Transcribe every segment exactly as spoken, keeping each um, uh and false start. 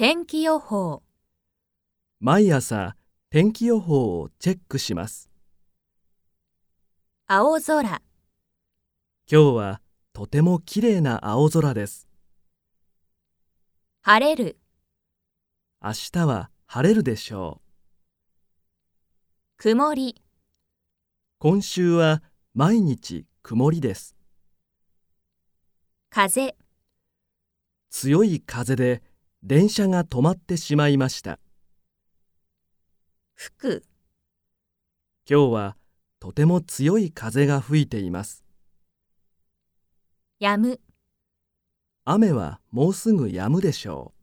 天気予報。 毎朝天気予報をチェックします。 青空。 今日はとてもきれいな青空です。 晴れる。 明日は晴れるでしょう。 曇り。 今週は毎日曇りです。 風。 強い風で電車が止まってしまいました。 吹く。 今日はとても強い風が吹いています。 止む。 雨はもうすぐ止むでしょう。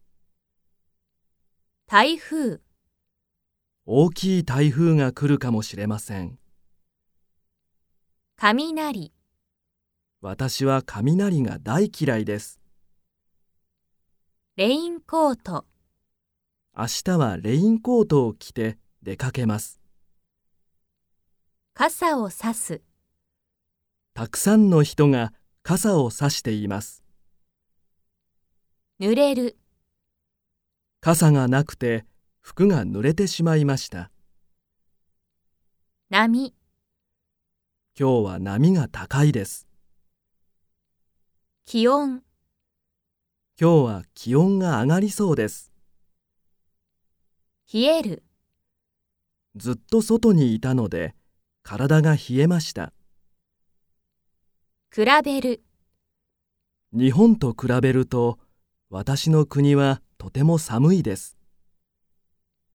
台風。 大きい台風が来るかもしれません。 雷。 私は雷が大嫌いです。 レインコート。 明日はレインコートを着て出かけます。 傘をさす。 たくさんの人が傘をさしています。 濡れる。 傘がなくて服が濡れてしまいました。 波。 今日は波が高いです。 気温。 今日は気温が上がりそうです。 冷える。 ずっと外にいたので体が冷えました。 比べる。 日本と比べると私の国はとても寒いです。